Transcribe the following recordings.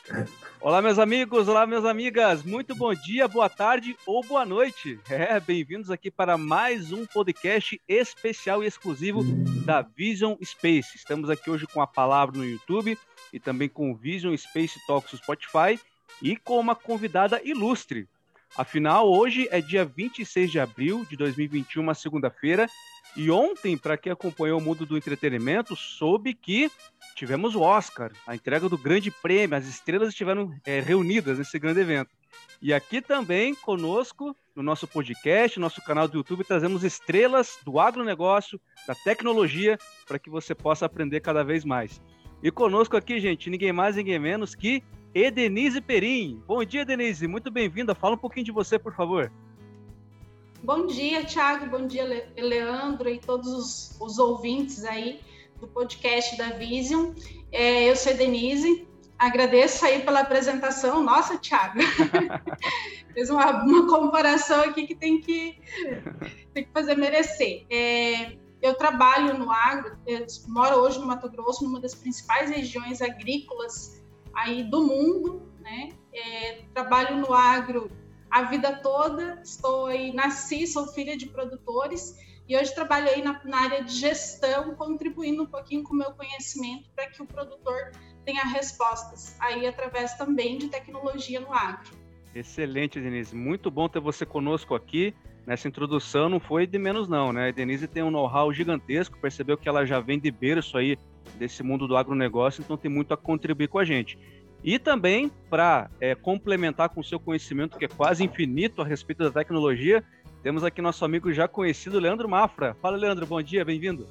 Olá, meus amigos, olá, minhas amigas, muito bom dia, boa tarde ou boa noite. Bem-vindos aqui para mais um podcast especial e exclusivo da Vision Space. Estamos aqui hoje com a palavra no YouTube e também com o Vision Space Talks no Spotify e com uma convidada ilustre. Afinal, hoje é dia 26 de abril de 2021, uma segunda-feira, e ontem, para quem acompanhou o mundo do entretenimento, soube que tivemos o Oscar, a entrega do grande prêmio, as estrelas estiveram reunidas nesse grande evento. E aqui também, conosco, no nosso podcast, nosso canal do YouTube, trazemos estrelas do agronegócio, da tecnologia, para que você possa aprender cada vez mais. E conosco aqui, gente, ninguém mais, ninguém menos que Edenise Perim. Bom dia, Edenise, muito bem-vinda. Fala um pouquinho de você, por favor. Bom dia, Thiago, bom dia, Leandro e todos os ouvintes aí do podcast da Vision. Eu sou a Edenise, agradeço aí pela apresentação. Nossa, Thiago, fez uma comparação aqui que tem que fazer merecer. Eu trabalho no agro, eu moro hoje no Mato Grosso, numa das principais regiões agrícolas aí do mundo, né? Trabalho no agro a vida toda, nasci, sou filha de produtores e hoje trabalho aí na área de gestão, contribuindo um pouquinho com o meu conhecimento para que o produtor tenha respostas aí através também de tecnologia no agro. Excelente, Denise. Muito bom ter você conosco aqui. Nessa introdução não foi de menos não, né? A Denise tem um know-how gigantesco, percebeu que ela já vem de berço aí desse mundo do agronegócio, então tem muito a contribuir com a gente. E também, para complementar com o seu conhecimento, que é quase infinito a respeito da tecnologia, temos aqui nosso amigo já conhecido, Leandro Mafra. Fala, Leandro, bom dia, bem-vindo.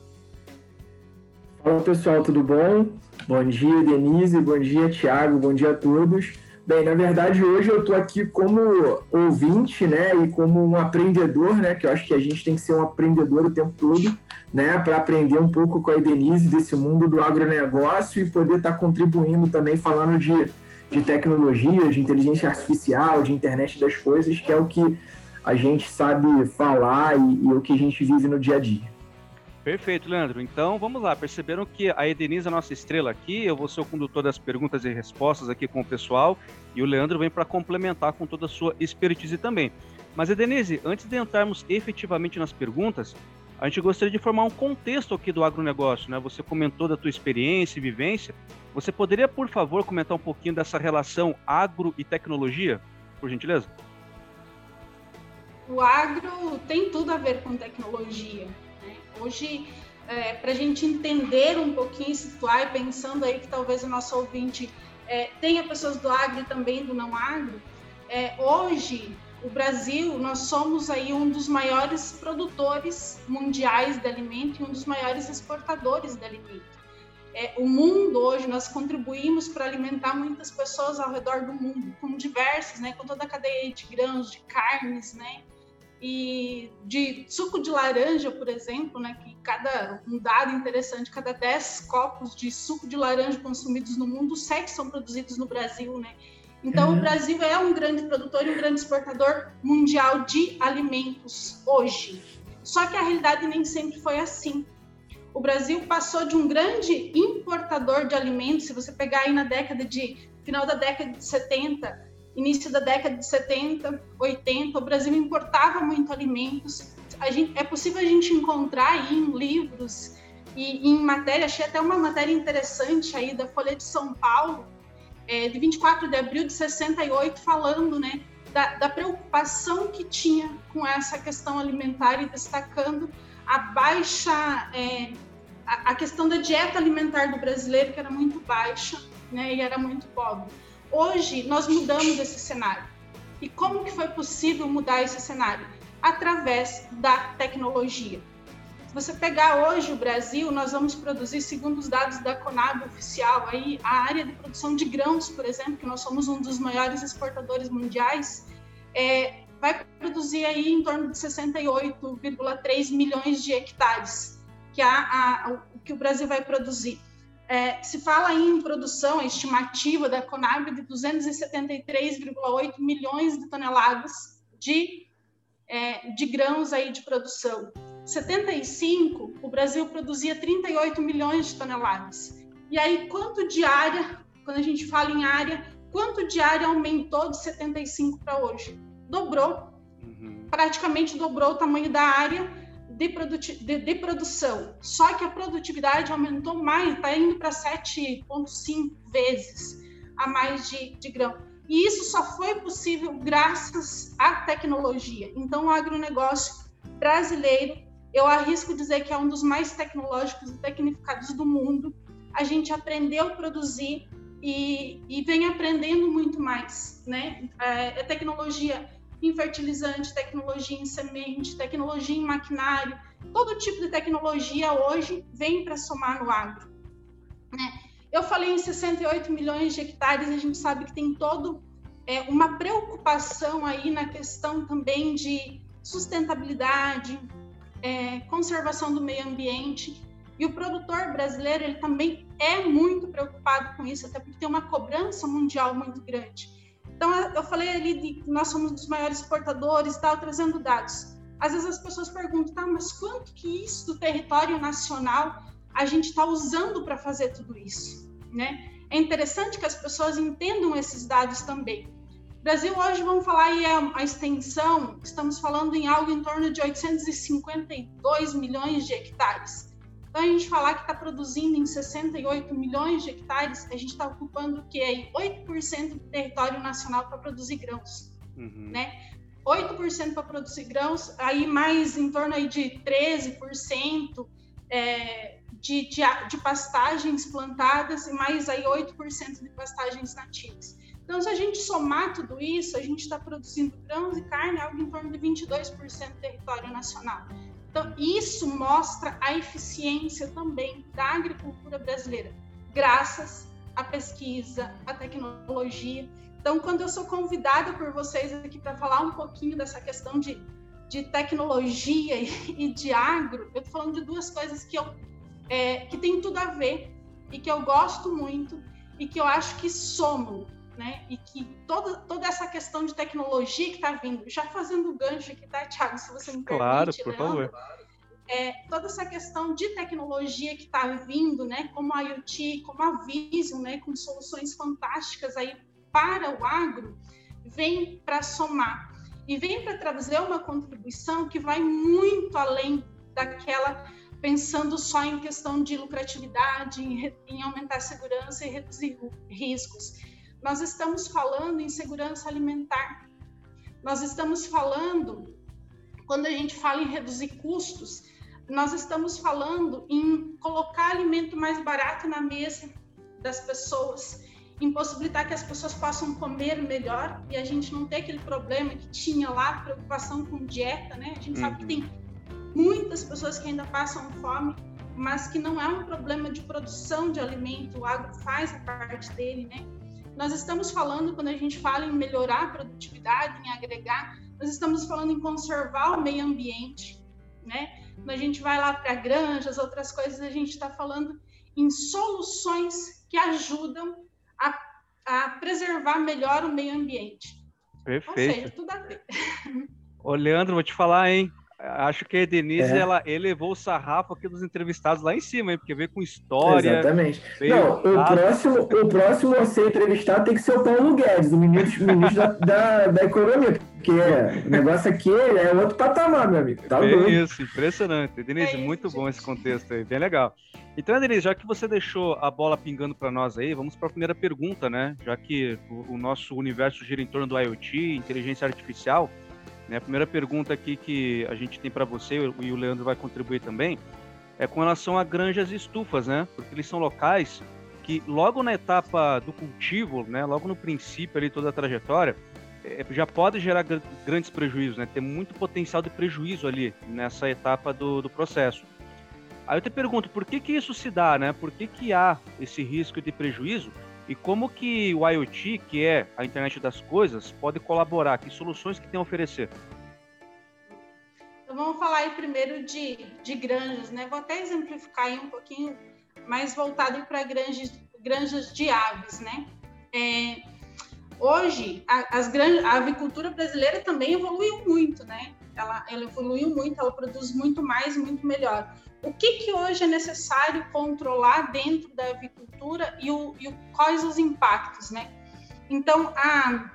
Fala, pessoal, tudo bom? Bom dia, Denise, bom dia, Thiago, bom dia a todos. Bem, na verdade, hoje eu estou aqui como ouvinte, né, e como um aprendedor, né, que eu acho que a gente tem que ser um aprendedor o tempo todo, né, para aprender um pouco com a Edenise desse mundo do agronegócio e poder estar contribuindo também falando de tecnologia, de inteligência artificial, de internet das coisas, que é o que a gente sabe falar e o que a gente vive no dia a dia. Perfeito, Leandro. Então, vamos lá. Perceberam que a Edenise é a nossa estrela aqui, eu vou ser o condutor das perguntas e respostas aqui com o pessoal, e o Leandro vem para complementar com toda a sua expertise também. Mas, Edenise, antes de entrarmos efetivamente nas perguntas, a gente gostaria de formar um contexto aqui do agronegócio, né? Você comentou da tua experiência e vivência. Você poderia, por favor, comentar um pouquinho dessa relação agro e tecnologia, por gentileza? O agro tem tudo a ver com tecnologia. Hoje, para a gente entender um pouquinho, situar, e pensando aí que talvez o nosso ouvinte tenha pessoas do agro e também do não agro, hoje, o Brasil, nós somos aí um dos maiores produtores mundiais de alimento e um dos maiores exportadores de alimento. O mundo hoje, nós contribuímos para alimentar muitas pessoas ao redor do mundo, com diversos, né, com toda a cadeia de grãos, de carnes, né, e de suco de laranja, por exemplo, né, que um dado interessante, cada 10 copos de suco de laranja consumidos no mundo, 7 são produzidos no Brasil, né? Então, o Brasil é um grande produtor e um grande exportador mundial de alimentos hoje. Só que a realidade nem sempre foi assim. O Brasil passou de um grande importador de alimentos, se você pegar aí final da década de 70, início da década de 70, 80, o Brasil importava muito alimentos. É possível a gente encontrar aí em livros e em matéria, achei até uma matéria interessante aí da Folha de São Paulo, de 24 de abril de 68, falando, né, da preocupação que tinha com essa questão alimentar e destacando a baixa, a questão da dieta alimentar do brasileiro, que era muito baixa, né, e era muito pobre. Hoje, nós mudamos esse cenário. E como que foi possível mudar esse cenário? Através da tecnologia. Se você pegar hoje o Brasil, nós vamos produzir, segundo os dados da Conab oficial, aí, a área de produção de grãos, por exemplo, que nós somos um dos maiores exportadores mundiais, vai produzir aí em torno de 68,3 milhões de hectares, que o Brasil vai produzir. Se fala em produção, a estimativa da Conab de 273,8 milhões de toneladas de grãos aí de produção. 75, o Brasil produzia 38 milhões de toneladas. E aí, quanto de área, quando a gente fala em área, quanto de área aumentou de 75 para hoje? Dobrou. Praticamente dobrou o tamanho da área de produção. Só que a produtividade aumentou mais, está indo para 7,5 vezes a mais de grão. E isso só foi possível graças à tecnologia. Então, o agronegócio brasileiro, eu arrisco dizer que é um dos mais tecnológicos e tecnificados do mundo. A gente aprendeu a produzir e vem aprendendo muito mais, né? É tecnologia em fertilizante, tecnologia em semente, tecnologia em maquinário, todo tipo de tecnologia hoje vem para somar no agro, né? Eu falei em 68 milhões de hectares, a gente sabe que tem uma preocupação aí na questão também de sustentabilidade, conservação do meio ambiente, e o produtor brasileiro ele também é muito preocupado com isso, até porque tem uma cobrança mundial muito grande. Então, eu falei ali que nós somos dos maiores exportadores, tal, trazendo dados. Às vezes as pessoas perguntam, mas quanto que isso do território nacional a gente está usando para fazer tudo isso, né? É interessante que as pessoas entendam esses dados também. Brasil hoje, vamos falar aí a extensão, estamos falando em algo em torno de 852 milhões de hectares. Então, a gente falar que está produzindo em 68 milhões de hectares, a gente está ocupando o quê? 8% do território nacional para produzir grãos, né? 8% para produzir grãos, aí mais em torno aí de 13% de pastagens plantadas e mais aí 8% de pastagens nativas. Então, se a gente somar tudo isso, a gente está produzindo grãos e carne, algo em torno de 22% do território nacional. Então, isso mostra a eficiência também da agricultura brasileira, graças à pesquisa, à tecnologia. Então, quando eu sou convidada por vocês aqui para falar um pouquinho dessa questão de tecnologia e de agro, eu estou falando de duas coisas que tem tudo a ver e que eu gosto muito e que eu acho que somam, né? E que toda essa questão de tecnologia que está vindo, já fazendo o gancho aqui, tá, Thiago, se você me permite, claro, por favor. Toda essa questão de tecnologia que está vindo, né, como a IoT, como a Vision, né, com soluções fantásticas aí para o agro, vem para somar e vem para trazer uma contribuição que vai muito além daquela, pensando só em questão de lucratividade, em aumentar a segurança e reduzir riscos. Nós estamos falando em segurança alimentar. Nós estamos falando, quando a gente fala em reduzir custos, nós estamos falando em colocar alimento mais barato na mesa das pessoas, em possibilitar que as pessoas possam comer melhor e a gente não ter aquele problema que tinha lá, preocupação com dieta, né? A gente sabe que tem muitas pessoas que ainda passam fome, mas que não é um problema de produção de alimento, o agro faz a parte dele, né? Nós estamos falando, quando a gente fala em melhorar a produtividade, em agregar, nós estamos falando em conservar o meio ambiente, né? Quando a gente vai lá para granjas, outras coisas, a gente está falando em soluções que ajudam a preservar melhor o meio ambiente. Perfeito. Ou seja, tudo a ver. Ô, Leandro, vou te falar, hein? Acho que a Denise, ela elevou o sarrafo aqui dos entrevistados lá em cima, hein? Porque veio com história. Exatamente. Não, o próximo a ser entrevistado tem que ser o Paulo Guedes, o ministro da Economia, porque o negócio aqui é outro patamar, meu amigo. Tá doido. Isso, impressionante. Denise, muito bom esse contexto aí, bem legal. Então, Denise, já que você deixou a bola pingando para nós aí, vamos para a primeira pergunta, né? Já que o nosso universo gira em torno do IoT, inteligência artificial, né? A primeira pergunta aqui que a gente tem para você, e o Leandro vai contribuir também, é com relação a granjas e estufas, né? Porque eles são locais que logo na etapa do cultivo, né? Logo no princípio ali, toda a trajetória, já pode gerar grandes prejuízos, né? Tem muito potencial de prejuízo ali nessa etapa do processo. Aí eu te pergunto, por que isso se dá, né? Por que há esse risco de prejuízo? E como que o IoT, que é a internet das coisas, pode colaborar? Que soluções que tem a oferecer? Então vamos falar aí primeiro de granjas, né? Vou até exemplificar aí um pouquinho mais voltado para granjas de aves, né? Hoje, a avicultura brasileira também evoluiu muito, né? Ela evoluiu muito, ela produz muito mais, muito melhor. O que hoje é necessário controlar dentro da avicultura e quais os impactos, né? Então, a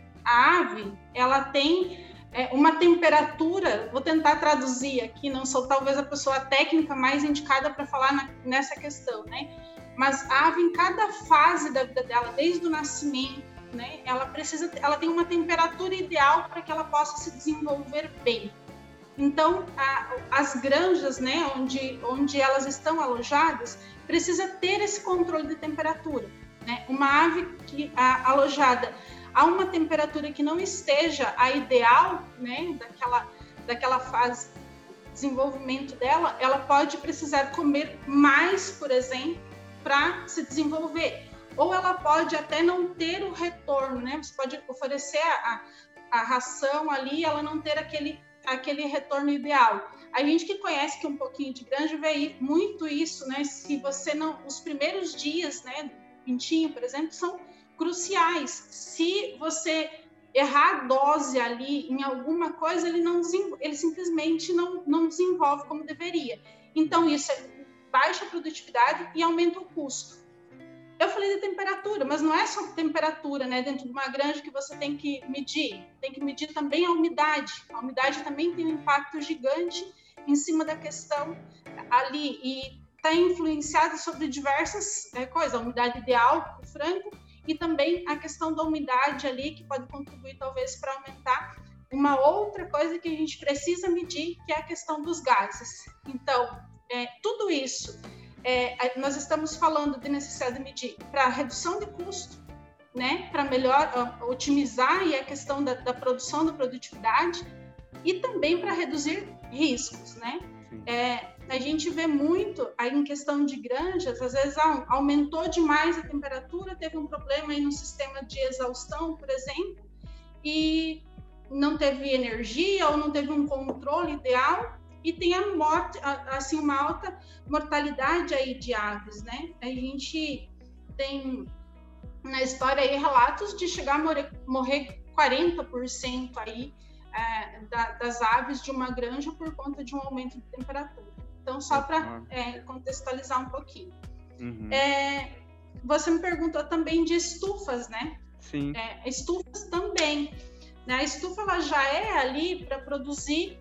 ave, ela tem uma temperatura, vou tentar traduzir aqui, não sou talvez a pessoa técnica mais indicada para falar nessa questão, né? Mas a ave, em cada fase da vida dela, desde o nascimento, né, ela tem uma temperatura ideal para que ela possa se desenvolver bem. Então, as granjas, né, onde elas estão alojadas, precisa ter esse controle de temperatura, né? Uma ave alojada a uma temperatura que não esteja a ideal, né, daquela fase de desenvolvimento dela, ela pode precisar comer mais, por exemplo, para se desenvolver. Ou ela pode até não ter o retorno, né? Você pode oferecer a ração ali, ela não ter aquele retorno ideal. A gente que conhece que um pouquinho de granja vê muito isso, né? Se você não... Os primeiros dias, né, do pintinho, por exemplo, são cruciais. Se você errar a dose ali em alguma coisa, ele simplesmente não desenvolve como deveria. Então, isso baixa a produtividade e aumenta o custo. Eu falei de temperatura, mas não é só temperatura, né? Dentro de uma granja que você tem que medir também a umidade. A umidade também tem um impacto gigante em cima da questão ali e está influenciada sobre diversas coisas. A umidade ideal do frango e também a questão da umidade ali, que pode contribuir talvez para aumentar uma outra coisa que a gente precisa medir, que é a questão dos gases. Então, tudo isso, nós estamos falando de necessidade de medir para redução de custo, né, para melhor otimizar aí a questão da produção, da produtividade e também para reduzir riscos, né? A gente vê muito aí em questão de granjas, às vezes aumentou demais a temperatura, teve um problema aí no sistema de exaustão, por exemplo, e não teve energia ou não teve um controle ideal e tem a morte, assim, uma alta mortalidade aí de aves, né? A gente tem na história aí relatos de chegar a morrer 40% aí das aves de uma granja por conta de um aumento de temperatura. Então, só para contextualizar um pouquinho. Uhum. Você me perguntou também de estufas, né? Sim. Estufas também. Né? A estufa ela já é ali para produzir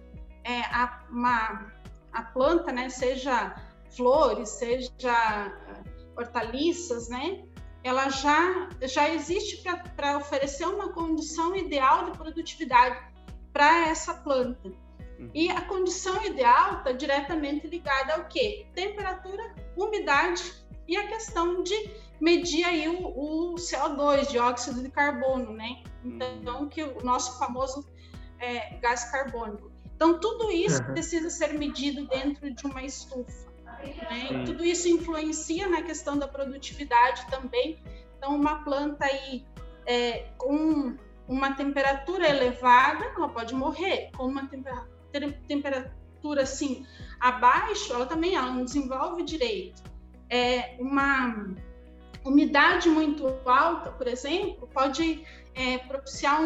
a planta, né? Seja flores, seja hortaliças, né? Ela já existe para oferecer uma condição ideal de produtividade para essa planta. E a condição ideal está diretamente ligada ao quê? Temperatura, umidade e a questão de medir aí o CO2, dióxido de carbono, né? Então, que o nosso famoso gás carbônico. Então, tudo isso precisa ser medido dentro de uma estufa, né? Tudo isso influencia na questão da produtividade também. Então, uma planta aí com uma temperatura elevada, ela pode morrer. Com uma temperatura assim abaixo, ela não desenvolve direito. Uma umidade muito alta, por exemplo, pode propiciar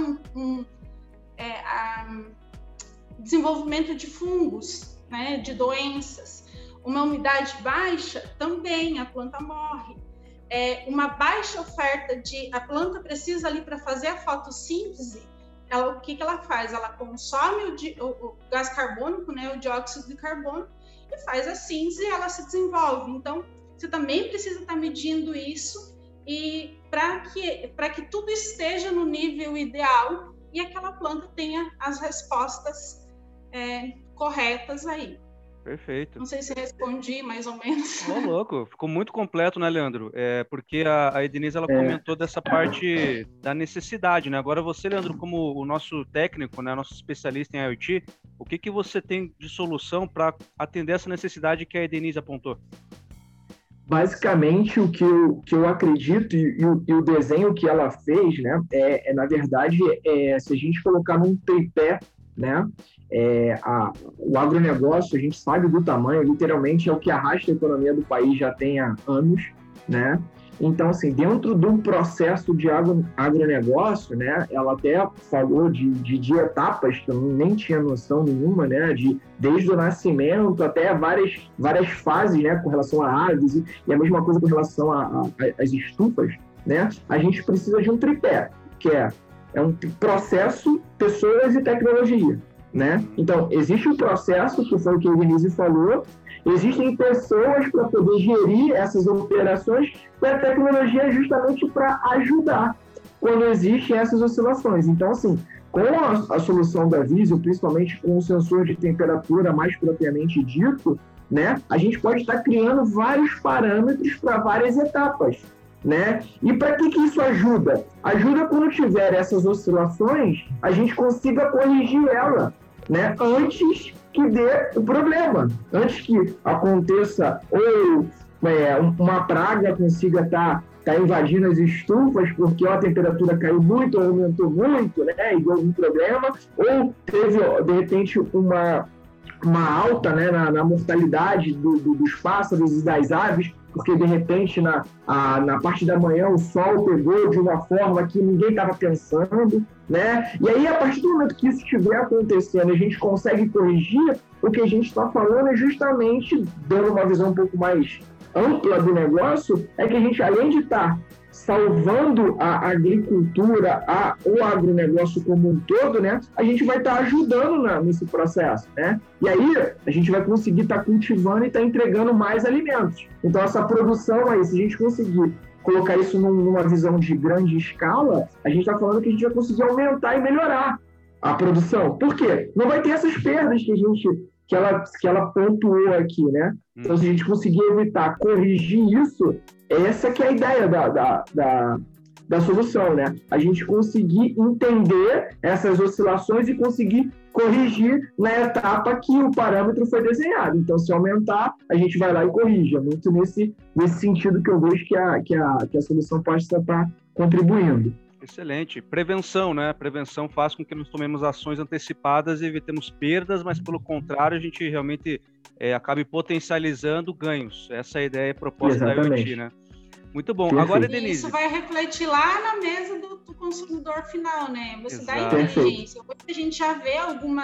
desenvolvimento de fungos, né, de doenças. Uma umidade baixa, também a planta morre. Uma baixa oferta a planta precisa ali para fazer a fotossíntese, o que ela faz? Ela consome o gás carbônico, né, o dióxido de carbono, e faz a síntese e ela se desenvolve. Então, você também precisa estar medindo isso e para que tudo esteja no nível ideal e aquela planta tenha as respostas corretas aí. Perfeito. Não sei se respondi mais ou menos. Ô, louco, ficou muito completo, né, Leandro? Porque a Edenise, ela comentou dessa parte da necessidade, né? Agora você, Leandro, como o nosso técnico, né, nosso especialista em IoT, o que você tem de solução para atender essa necessidade que a Edenise apontou? Basicamente, o que eu acredito e o desenho que ela fez, né, na verdade, se a gente colocar num tripé, né, o agronegócio, a gente sabe do tamanho, literalmente é o que arrasta a economia do país já tem há anos, né? Então, assim, dentro do processo de agronegócio, né, ela até falou de etapas que eu nem tinha noção nenhuma, né, desde o nascimento até várias fases, né, com relação a aves e a mesma coisa com relação às estufas, né? A gente precisa de um tripé, que é um processo, pessoas e tecnologia, né? Então, existe um processo, que foi o que a Denise falou, existem pessoas para poder gerir essas operações, e a tecnologia é justamente para ajudar quando existem essas oscilações. Então, assim, com a solução da Vision, principalmente com o sensor de temperatura mais propriamente dito, né, a gente pode estar criando vários parâmetros para várias etapas, né? E para que isso ajuda? Ajuda quando tiver essas oscilações, a gente consiga corrigir ela, né, antes que dê o problema, antes que aconteça ou uma praga consiga estar invadindo as estufas porque a temperatura caiu muito, ou aumentou muito, né, e deu algum problema, ou teve, de repente, uma alta, né, na mortalidade dos pássaros e das aves, porque, de repente, na parte da manhã o sol pegou de uma forma que ninguém estava pensando, né? E aí, a partir do momento que isso estiver acontecendo, a gente consegue corrigir, o que a gente está falando é justamente, dando uma visão um pouco mais ampla do negócio, é que a gente, além de estar salvando a agricultura, o agronegócio como um todo, né, a gente vai estar ajudando nesse processo, né? E aí a gente vai conseguir estar cultivando e estar entregando mais alimentos. Então, essa produção aí, se a gente conseguir colocar isso numa visão de grande escala, a gente está falando que a gente vai conseguir aumentar e melhorar a produção. Por quê? Não vai ter essas perdas que ela pontuou aqui, né? Então, se a gente conseguir evitar, corrigir isso, essa que é a ideia da solução, né? A gente conseguir entender essas oscilações e conseguir corrigir na etapa que o parâmetro foi desenhado. Então, se aumentar, a gente vai lá e corrige. É muito nesse sentido que eu vejo que a solução pode estar contribuindo. Excelente. Prevenção, né? Prevenção faz com que nós tomemos ações antecipadas e evitemos perdas, mas pelo contrário, a gente realmente acabe potencializando ganhos. Essa é a ideia proposta da IoT, né? Muito bom. Perfeito. Agora, Denise... Isso vai refletir lá na mesa do consumidor final, né? Você Exato. dá inteligência. Hoje a gente já vê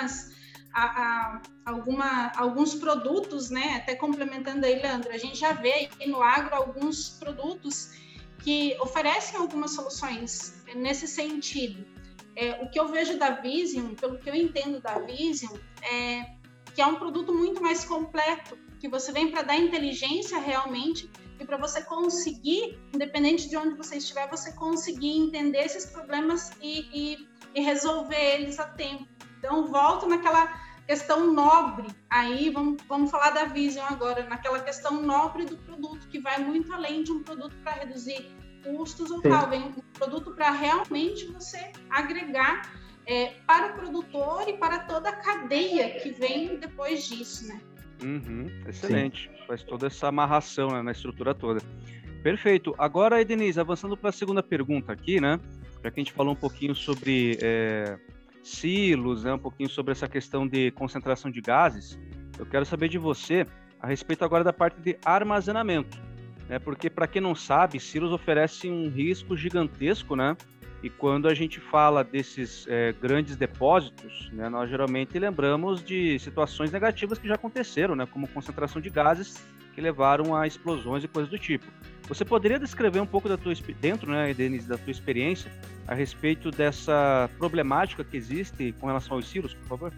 alguns produtos, né? Até complementando aí, Leandro, a gente já vê aí no agro alguns produtos que oferecem algumas soluções nesse sentido. O que eu vejo da Vision, pelo que eu entendo da Vision, é que é um produto muito mais completo, que você vem para dar inteligência realmente e para você conseguir, independente de onde você estiver, você conseguir entender esses problemas e resolver eles a tempo. Então, volto naquela questão nobre, aí vamos falar da Vision agora, naquela questão nobre do produto, que vai muito além de um produto para reduzir custos ou tal, vem um produto para realmente você agregar para o produtor e para toda a cadeia que vem depois disso, né? Excelente. Sim. Faz toda essa amarração, né, na estrutura toda. Perfeito. Agora, Denise, avançando para a segunda pergunta aqui, né? Já que a gente falou um pouquinho sobre silos, né, um pouquinho sobre essa questão de concentração de gases, eu quero saber de você a respeito agora da parte de armazenamento, né? Porque, para quem não sabe, silos oferecem um risco gigantesco, né? E quando a gente fala desses grandes depósitos, né, nós geralmente lembramos de situações negativas que já aconteceram, né, como concentração de gases que levaram a explosões e coisas do tipo. Você poderia descrever um pouco dentro, né, Denise, da tua experiência a respeito dessa problemática que existe com relação aos silos, por favor?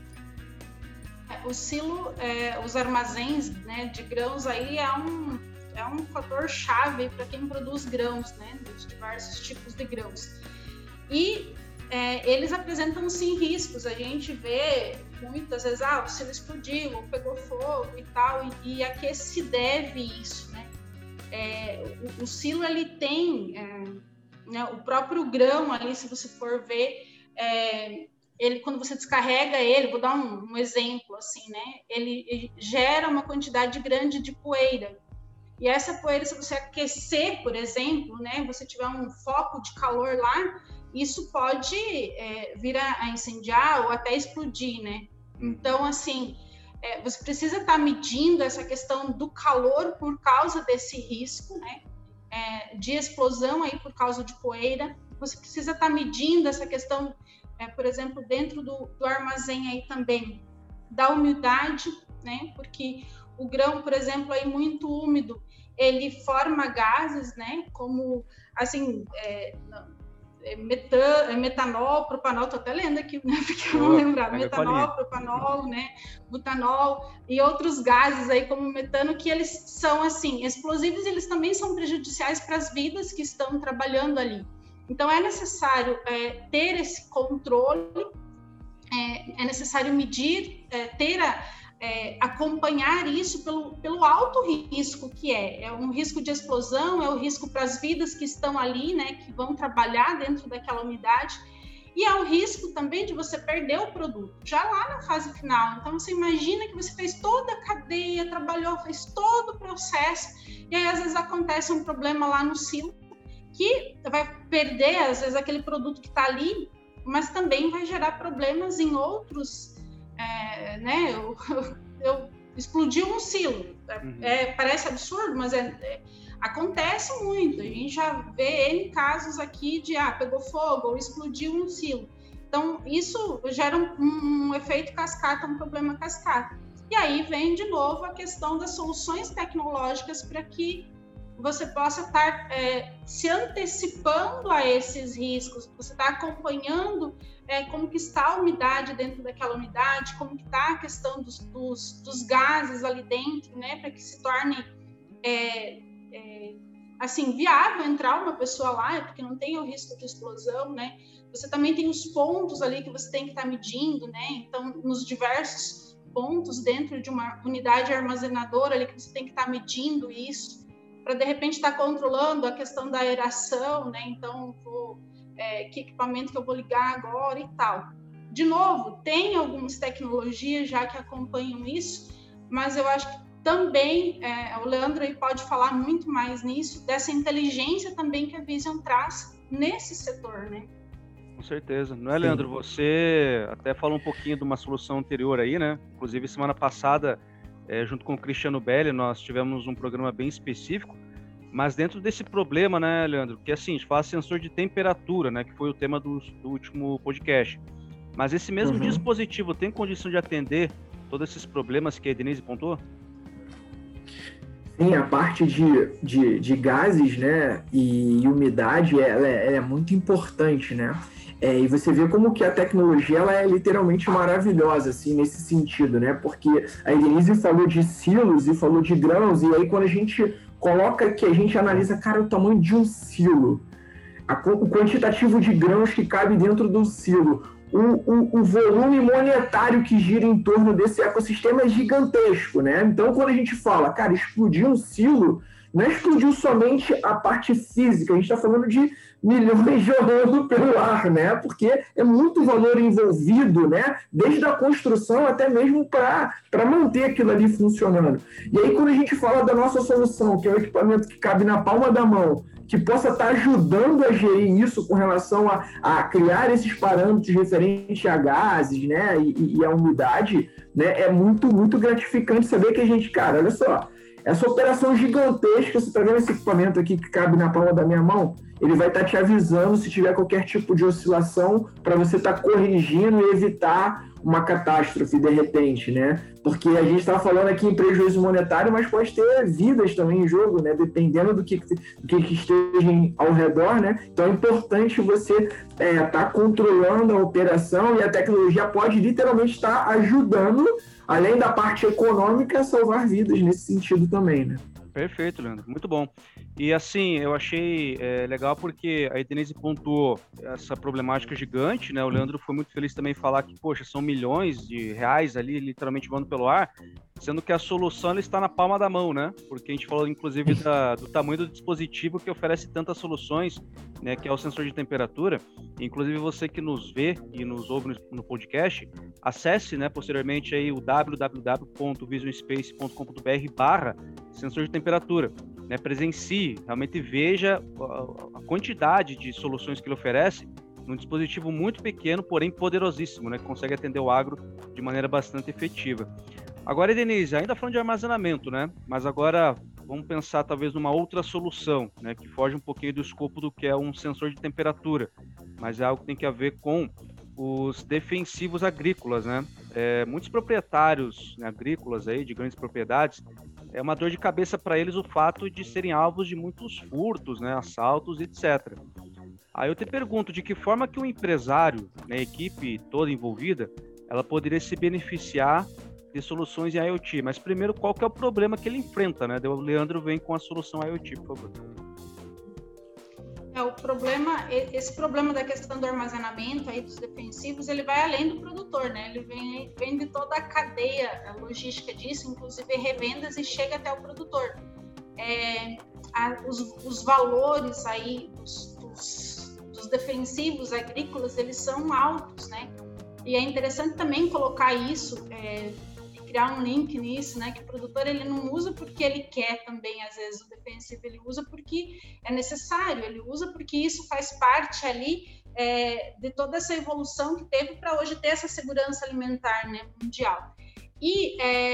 O silo, os armazéns, né, de grãos aí é um fator chave para quem produz grãos, né, dos diversos tipos de grãos. E eles apresentam sim riscos. A gente vê muitas vezes, o silo explodiu, ou pegou fogo e tal, e a que se deve isso, né? O silo, ele tem né, o próprio grão ali, se você for ver, ele, quando você descarrega ele, vou dar um exemplo assim, né? Ele gera uma quantidade grande de poeira. E essa poeira, se você aquecer, por exemplo, né, você tiver um foco de calor lá, isso pode vir a incendiar ou até explodir, né? Então, assim, você precisa estar medindo essa questão do calor por causa desse risco, né, de explosão aí por causa de poeira. Você precisa estar medindo essa questão, por exemplo, dentro do armazém aí também, da umidade, né, porque o grão, por exemplo, aí muito úmido, ele forma gases, né, como assim, metanol, propanol, estou até lendo aqui, né, porque eu não lembrava, metanol, propanol, né, butanol e outros gases aí como metano, que eles são, assim, explosivos, e eles também são prejudiciais para as vidas que estão trabalhando ali. Então, é necessário ter esse controle, é necessário medir, acompanhar isso pelo alto risco que é um risco de explosão, é o risco para as vidas que estão ali, né, que vão trabalhar dentro daquela unidade, e é o risco também de você perder o produto, já lá na fase final. Então, você imagina que você fez toda a cadeia, trabalhou, fez todo o processo, e aí, às vezes, acontece um problema lá no silo, que vai perder, às vezes, aquele produto que está ali, mas também vai gerar problemas em outros, né? Eu explodiu um silo. Parece absurdo, mas acontece muito. A gente já vê N casos aqui de pegou fogo ou explodiu um silo. Então, isso gera um efeito cascata, um problema cascata. E aí vem, de novo, a questão das soluções tecnológicas para que você possa estar se antecipando a esses riscos, você está acompanhando como que está a umidade dentro daquela unidade, como que está a questão dos gases ali dentro, né, para que se torne assim, viável entrar uma pessoa lá, porque não tem o risco de explosão, né? Você também tem os pontos ali que você tem que estar medindo, né? Então, nos diversos pontos dentro de uma unidade armazenadora ali que você tem que estar medindo isso, para de repente estar controlando a questão da aeração, né? Então, que equipamento que eu vou ligar agora e tal. De novo, tem algumas tecnologias já que acompanham isso, mas eu acho que também, o Leandro aí pode falar muito mais nisso, dessa inteligência também que a Vision traz nesse setor, né? Com certeza. Não é, Leandro? Sim. Você até falou um pouquinho de uma solução anterior aí, né? Inclusive, semana passada, junto com o Cristiano Belli, nós tivemos um programa bem específico, mas dentro desse problema, né, Leandro, que assim, a gente faz sensor de temperatura, né, que foi o tema do último podcast. Mas esse mesmo dispositivo tem condição de atender todos esses problemas que a Denise pontuou? Sim, a parte de gases, né, e umidade, ela é muito importante, né? E você vê como que a tecnologia ela é literalmente maravilhosa, assim, nesse sentido, né? Porque a Denise falou de silos e falou de grãos, e aí quando a gente coloca que a gente analisa, cara, o tamanho de um silo, o quantitativo de grãos que cabe dentro do silo, o volume monetário que gira em torno desse ecossistema é gigantesco, né? Então, quando a gente fala, cara, explodir um silo, não é explodir somente a parte física, a gente está falando de milhões rolando pelo ar, né? Porque é muito valor envolvido, né? Desde a construção até mesmo para manter aquilo ali funcionando. E aí, quando a gente fala da nossa solução, que é o equipamento que cabe na palma da mão, que possa estar ajudando a gerir isso com relação a criar esses parâmetros referentes a gases, né, e a umidade, né, é muito, muito gratificante saber que a gente, cara, olha só, essa operação gigantesca, você está vendo esse equipamento aqui que cabe na palma da minha mão? Ele vai estar te avisando se tiver qualquer tipo de oscilação para você estar corrigindo e evitar uma catástrofe de repente, né? Porque a gente está falando aqui em prejuízo monetário, mas pode ter vidas também em jogo, né? Dependendo do que esteja ao redor, né? Então é importante você estar controlando a operação, e a tecnologia pode literalmente estar ajudando, além da parte econômica, a salvar vidas nesse sentido também, né? Perfeito, Leandro. Muito bom. E assim, eu achei legal porque a Denise pontuou essa problemática gigante, né? O Leandro foi muito feliz também em falar que, poxa, são milhões de reais ali, literalmente voando pelo ar, sendo que a solução ela está na palma da mão, né? Porque a gente falou, inclusive, do tamanho do dispositivo que oferece tantas soluções, né? Que é o sensor de temperatura. Inclusive, você que nos vê e nos ouve no podcast, acesse, né, posteriormente aí o www.visionspace.com.br/sensor de temperatura, né? Presencie, realmente veja a quantidade de soluções que ele oferece num dispositivo muito pequeno, porém poderosíssimo, né? Que consegue atender o agro de maneira bastante efetiva. Agora, Denise, ainda falando de armazenamento, né? Mas agora vamos pensar talvez numa outra solução, né? Que foge um pouquinho do escopo do que é um sensor de temperatura, mas é algo que tem que a ver com os defensivos agrícolas, né? Muitos proprietários, né, agrícolas aí de grandes propriedades, é uma dor de cabeça para eles o fato de serem alvos de muitos furtos, né, assaltos, etc. Aí eu te pergunto, de que forma que o empresário, né, a equipe toda envolvida, ela poderia se beneficiar de soluções em IoT? Mas primeiro, qual que é o problema que ele enfrenta, né? O Leandro vem com a solução IoT, por favor. Esse problema da questão do armazenamento aí dos defensivos, ele vai além do produtor, né? Ele vem de toda a cadeia logística disso, inclusive revendas, e chega até o produtor. Os valores aí dos defensivos agrícolas, eles são altos, né? E é interessante também colocar isso, criar um link nisso, né? Que o produtor, ele não usa porque ele quer também, às vezes, o defensivo, ele usa porque é necessário, ele usa porque isso faz parte ali de toda essa evolução que teve para hoje ter essa segurança alimentar, né, mundial. E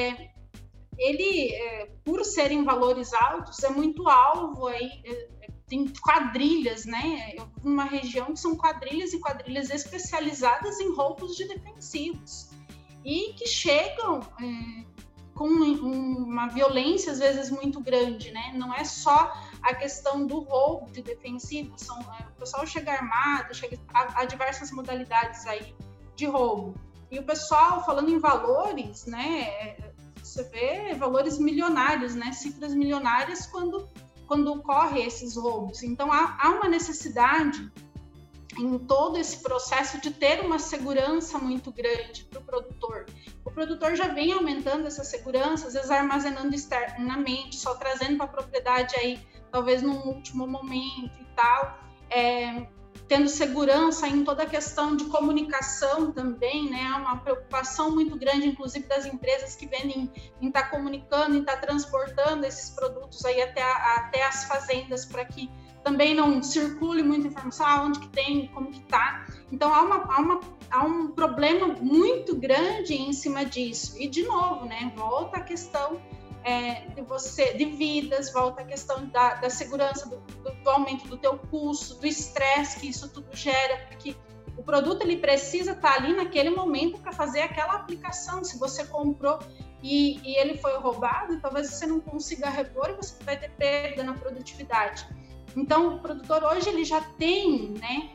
ele, por serem valores altos, é muito alvo aí, tem quadrilhas, né? Eu vivo numa região que são quadrilhas e quadrilhas especializadas em roubos de defensivos e que chegam com uma violência, às vezes, muito grande, né? Não é só a questão do roubo de defensivos, o pessoal chega armado, há diversas modalidades aí de roubo. E o pessoal, falando em valores, né? Você vê valores milionários, né? Cifras milionárias quando ocorre esses roubos. Então, há uma necessidade em todo esse processo de ter uma segurança muito grande para o produtor. O produtor já vem aumentando essa segurança, às vezes armazenando externamente, só trazendo para a propriedade aí, talvez num último momento e tal, tendo segurança em toda a questão de comunicação também, né? Há uma preocupação muito grande, inclusive das empresas que vendem, em estar comunicando, em estar transportando esses produtos aí até as fazendas, para que também não circule muita informação, onde que tem, como que tá. Então, há um problema muito grande em cima disso. E, de novo, né, volta a questão de vidas, volta a questão da segurança, do aumento do teu custo, do estresse que isso tudo gera, porque o produto, ele precisa estar ali naquele momento para fazer aquela aplicação. Se você comprou e ele foi roubado, talvez você não consiga repor e você vai ter perda na produtividade. Então, o produtor hoje, ele já tem, né,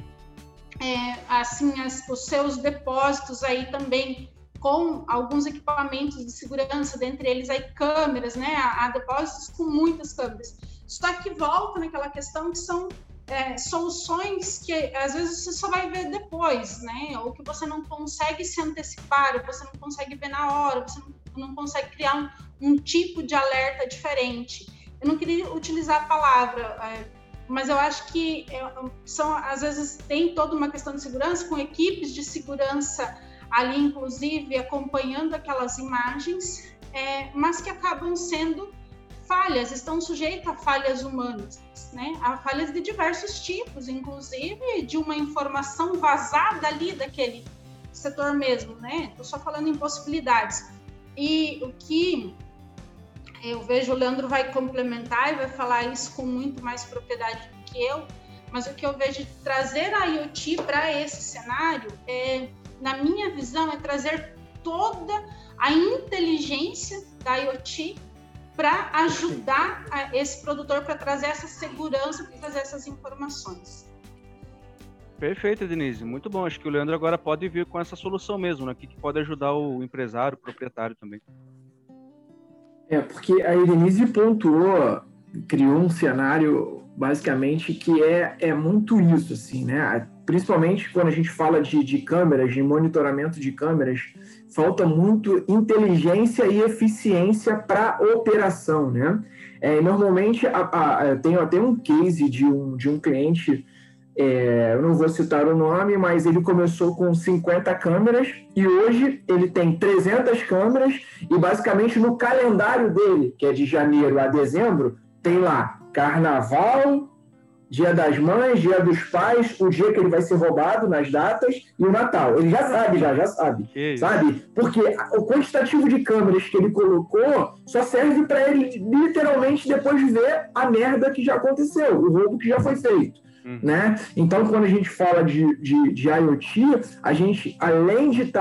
os seus depósitos aí também com alguns equipamentos de segurança, dentre eles aí câmeras, né, há depósitos com muitas câmeras. Só que volta naquela questão que são soluções que às vezes você só vai ver depois, né, ou que você não consegue se antecipar, ou você não consegue ver na hora, você não consegue criar um tipo de alerta diferente. Eu não queria utilizar a palavra, mas eu acho que às vezes tem toda uma questão de segurança, com equipes de segurança ali, inclusive, acompanhando aquelas imagens, mas que acabam sendo falhas, estão sujeitas a falhas humanas, né? A falhas de diversos tipos, inclusive de uma informação vazada ali daquele setor mesmo, né? Estou só falando em possibilidades. E o que eu vejo, o Leandro vai complementar e vai falar isso com muito mais propriedade do que eu, mas o que eu vejo de trazer a IoT para esse cenário, na minha visão, é trazer toda a inteligência da IoT para ajudar esse produtor, para trazer essa segurança, para trazer essas informações. Perfeito, Denise. Muito bom. Acho que o Leandro agora pode vir com essa solução mesmo, né? Que pode ajudar o empresário, o proprietário também. Porque a Denise pontuou, criou um cenário, basicamente, que é muito isso, assim, né? Principalmente quando a gente fala de câmeras, de monitoramento de câmeras, falta muito inteligência e eficiência para operação, né? Normalmente, eu tenho até um case de um cliente, eu não vou citar o nome, mas ele começou com 50 câmeras e hoje ele tem 300 câmeras e basicamente no calendário dele, que é de janeiro a dezembro, tem lá Carnaval, Dia das Mães, Dia dos Pais, o dia que ele vai ser roubado nas datas e o Natal. Ele já sabe, sabe? Porque o quantitativo de câmeras que ele colocou só serve para ele literalmente depois ver a merda que já aconteceu, o roubo que já foi feito. Né? Então, quando a gente fala de IoT, a gente, além de estar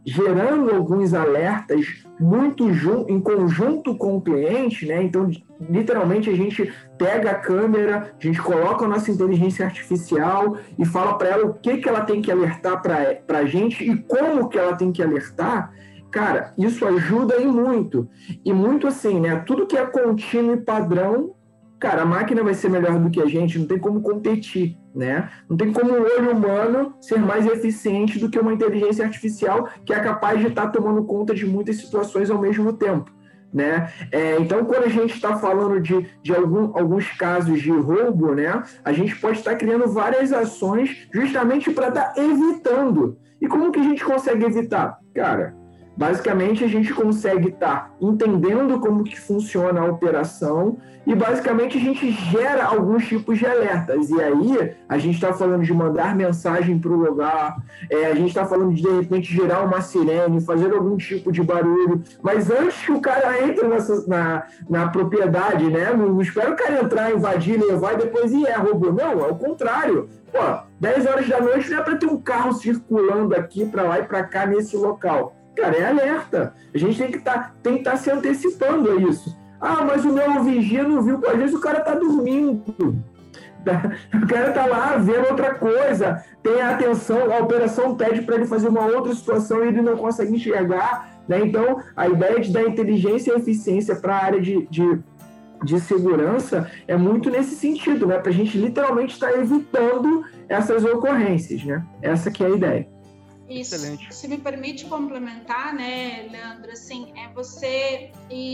gerando alguns alertas muito em conjunto com o cliente, né? Então, literalmente, a gente pega a câmera, a gente coloca a nossa inteligência artificial e fala para ela o que ela tem que alertar para a gente e como que ela tem que alertar. Cara, isso ajuda e muito. E muito assim, né? Tudo que é contínuo e padrão, cara, a máquina vai ser melhor do que a gente, não tem como competir, né? Não tem como o olho humano ser mais eficiente do que uma inteligência artificial que é capaz de estar tomando conta de muitas situações ao mesmo tempo, né? Então, quando a gente está falando de alguns casos de roubo, né? A gente pode estar criando várias ações justamente para estar evitando. E como que a gente consegue evitar? Cara, basicamente, a gente consegue estar entendendo como que funciona a operação e, basicamente, a gente gera alguns tipos de alertas. E aí, a gente está falando de mandar mensagem para o lugar, a gente está falando de repente, gerar uma sirene, fazer algum tipo de barulho. Mas antes que o cara entre na propriedade, né? Não espera o cara entrar, invadir, levar e depois roubou. Não, é o contrário. Pô, 10 horas da noite não é para ter um carro circulando aqui, para lá e para cá, nesse local. Cara, é alerta. A gente tem que estar se antecipando a isso. Ah, mas o meu vigia não viu. Às vezes o cara está dormindo. O cara está lá vendo outra coisa. Tem a atenção, a operação pede para ele fazer uma outra situação e ele não consegue enxergar, né? Então, a ideia de dar inteligência e eficiência para a área de segurança é muito nesse sentido, né? Para a gente literalmente estar evitando essas ocorrências, né? Essa que é a ideia. Isso. Excelente. Se me permite complementar, né, Leandro, assim, você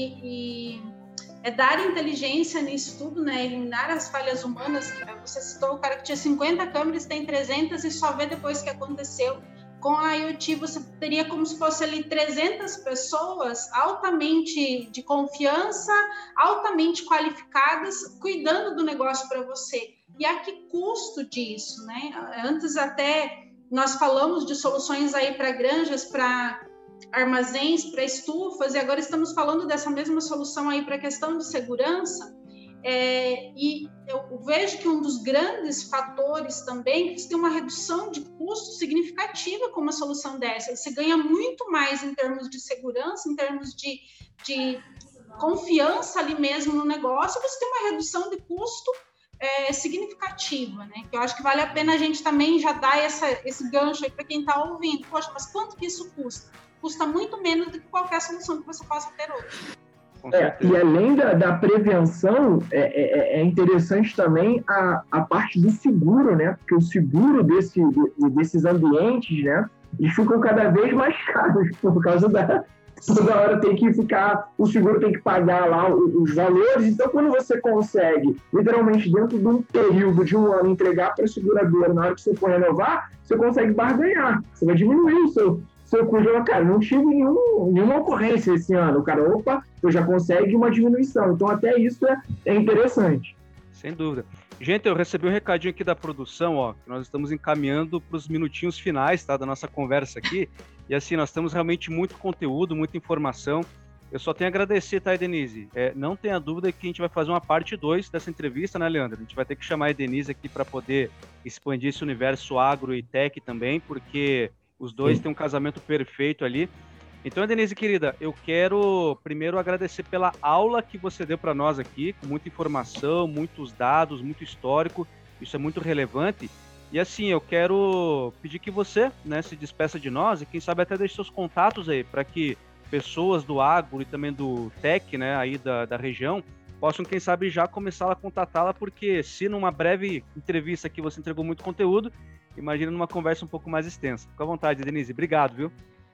dar inteligência nisso tudo, né, eliminar as falhas humanas. Você citou o cara que tinha 50 câmeras, tem 300 e só vê depois que aconteceu. Com a IoT, você teria como se fosse ali 300 pessoas altamente de confiança, altamente qualificadas, cuidando do negócio para você. E a que custo disso, né? Antes até nós falamos de soluções aí para granjas, para armazéns, para estufas, e agora estamos falando dessa mesma solução aí para a questão de segurança. E eu vejo que um dos grandes fatores também é que você tem uma redução de custo significativa com uma solução dessa. Você ganha muito mais em termos de segurança, em termos de confiança ali mesmo no negócio, você tem uma redução de custo significativa, né? Que eu acho que vale a pena a gente também já dar esse gancho aí para quem está ouvindo. Poxa, mas quanto que isso custa? Custa muito menos do que qualquer solução que você possa ter hoje. E além da prevenção, é interessante também a parte do seguro, né? Porque o seguro desses ambientes, né? Eles ficam cada vez mais caros por causa toda hora tem que ficar, o seguro tem que pagar lá os valores. Então, quando você consegue, literalmente, dentro de um período de um ano, entregar para a seguradora, na hora que você for renovar, você consegue barganhar. Você vai diminuir o seu custo. Cara, não tive nenhuma ocorrência esse ano. O cara, eu já consegue uma diminuição. Então, até isso é interessante. Sem dúvida. Gente, eu recebi um recadinho aqui da produção, que nós estamos encaminhando para os minutinhos finais, tá, da nossa conversa aqui. E assim, nós temos realmente muito conteúdo, muita informação. Eu só tenho a agradecer, tá, Denise? Não tenha dúvida que a gente vai fazer uma parte 2 dessa entrevista, né, Leandro? A gente vai ter que chamar a Denise aqui para poder expandir esse universo agro e tech também, porque os dois têm um casamento perfeito ali. Então, Denise, querida, eu quero primeiro agradecer pela aula que você deu para nós aqui, com muita informação, muitos dados, muito histórico, isso é muito relevante. E assim, eu quero pedir que você, né, se despeça de nós e quem sabe até deixe seus contatos aí, para que pessoas do agro e também do tech, né, aí da região, possam, quem sabe, já começar a contatá-la, porque se numa breve entrevista aqui você entregou muito conteúdo, imagina numa conversa um pouco mais extensa. Fica à vontade, Denise. Obrigado, viu?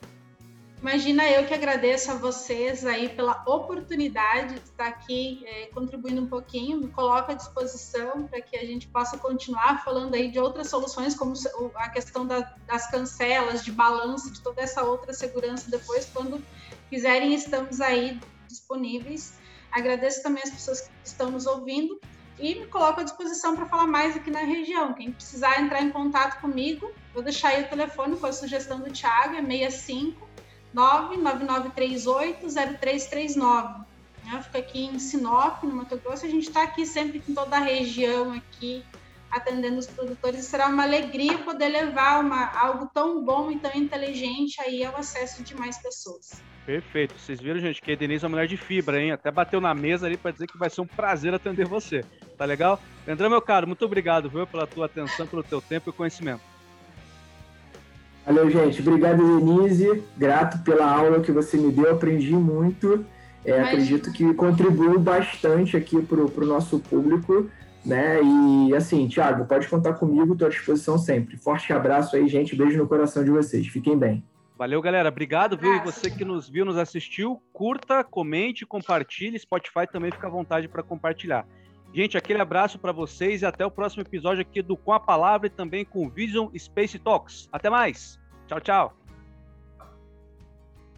Imagina, eu que agradeço a vocês aí pela oportunidade de estar aqui contribuindo um pouquinho, me coloco à disposição para que a gente possa continuar falando aí de outras soluções, como a questão das cancelas, de balanço, de toda essa outra segurança depois, quando quiserem, estamos aí disponíveis. Agradeço também as pessoas que estão nos ouvindo e me coloco à disposição para falar mais aqui na região. Quem precisar entrar em contato comigo, vou deixar aí o telefone com a sugestão do Thiago, é 65 99938-0339. Fica aqui em Sinop, no Mato Grosso. A gente está aqui sempre em toda a região aqui atendendo os produtores. Será uma alegria poder levar algo tão bom e tão inteligente aí ao acesso de mais pessoas. Perfeito. Vocês viram, gente, que a Denise é uma mulher de fibra, hein? Até bateu na mesa ali para dizer que vai ser um prazer atender você. Tá legal? André, meu caro, muito obrigado, viu, pela tua atenção, pelo teu tempo e conhecimento. Valeu, gente. Obrigado, Denise. Grato pela aula que você me deu. Aprendi muito. Acredito que contribuiu bastante aqui para o nosso público, né? E assim, Thiago, pode contar comigo, estou à disposição sempre. Forte abraço aí, gente. Beijo no coração de vocês. Fiquem bem. Valeu, galera. Obrigado, viu? E você que nos viu, nos assistiu, curta, comente, compartilhe. Spotify também fica à vontade para compartilhar. Gente, aquele abraço para vocês e até o próximo episódio aqui do Com a Palavra e também com o Vision Space Talks. Até mais. Tchau, tchau.